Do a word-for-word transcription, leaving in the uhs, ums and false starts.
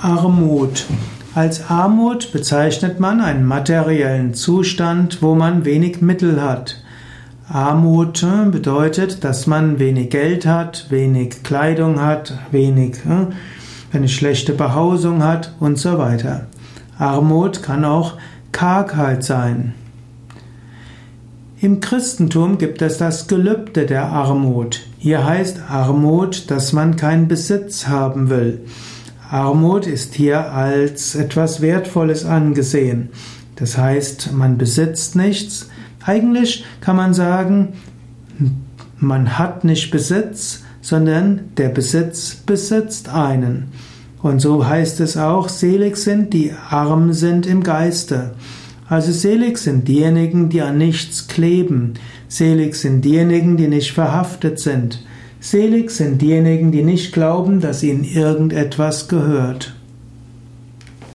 Armut. Als Armut bezeichnet man einen materiellen Zustand, wo man wenig Mittel hat. Armut bedeutet, dass man wenig Geld hat, wenig Kleidung hat, wenig, eine schlechte Behausung hat und so weiter. Armut kann auch Kargheit sein. Im Christentum gibt es das Gelübde der Armut. Hier heißt Armut, dass man keinen Besitz haben will. Armut ist hier als etwas Wertvolles angesehen. Das heißt, man besitzt nichts. Eigentlich kann man sagen, man hat nicht Besitz, sondern der Besitz besitzt einen. Und so heißt es auch, selig sind, die arm sind im Geiste. Also selig sind diejenigen, die an nichts kleben. Selig sind diejenigen, die nicht verhaftet sind. Selig sind diejenigen, die nicht glauben, dass ihnen irgendetwas gehört.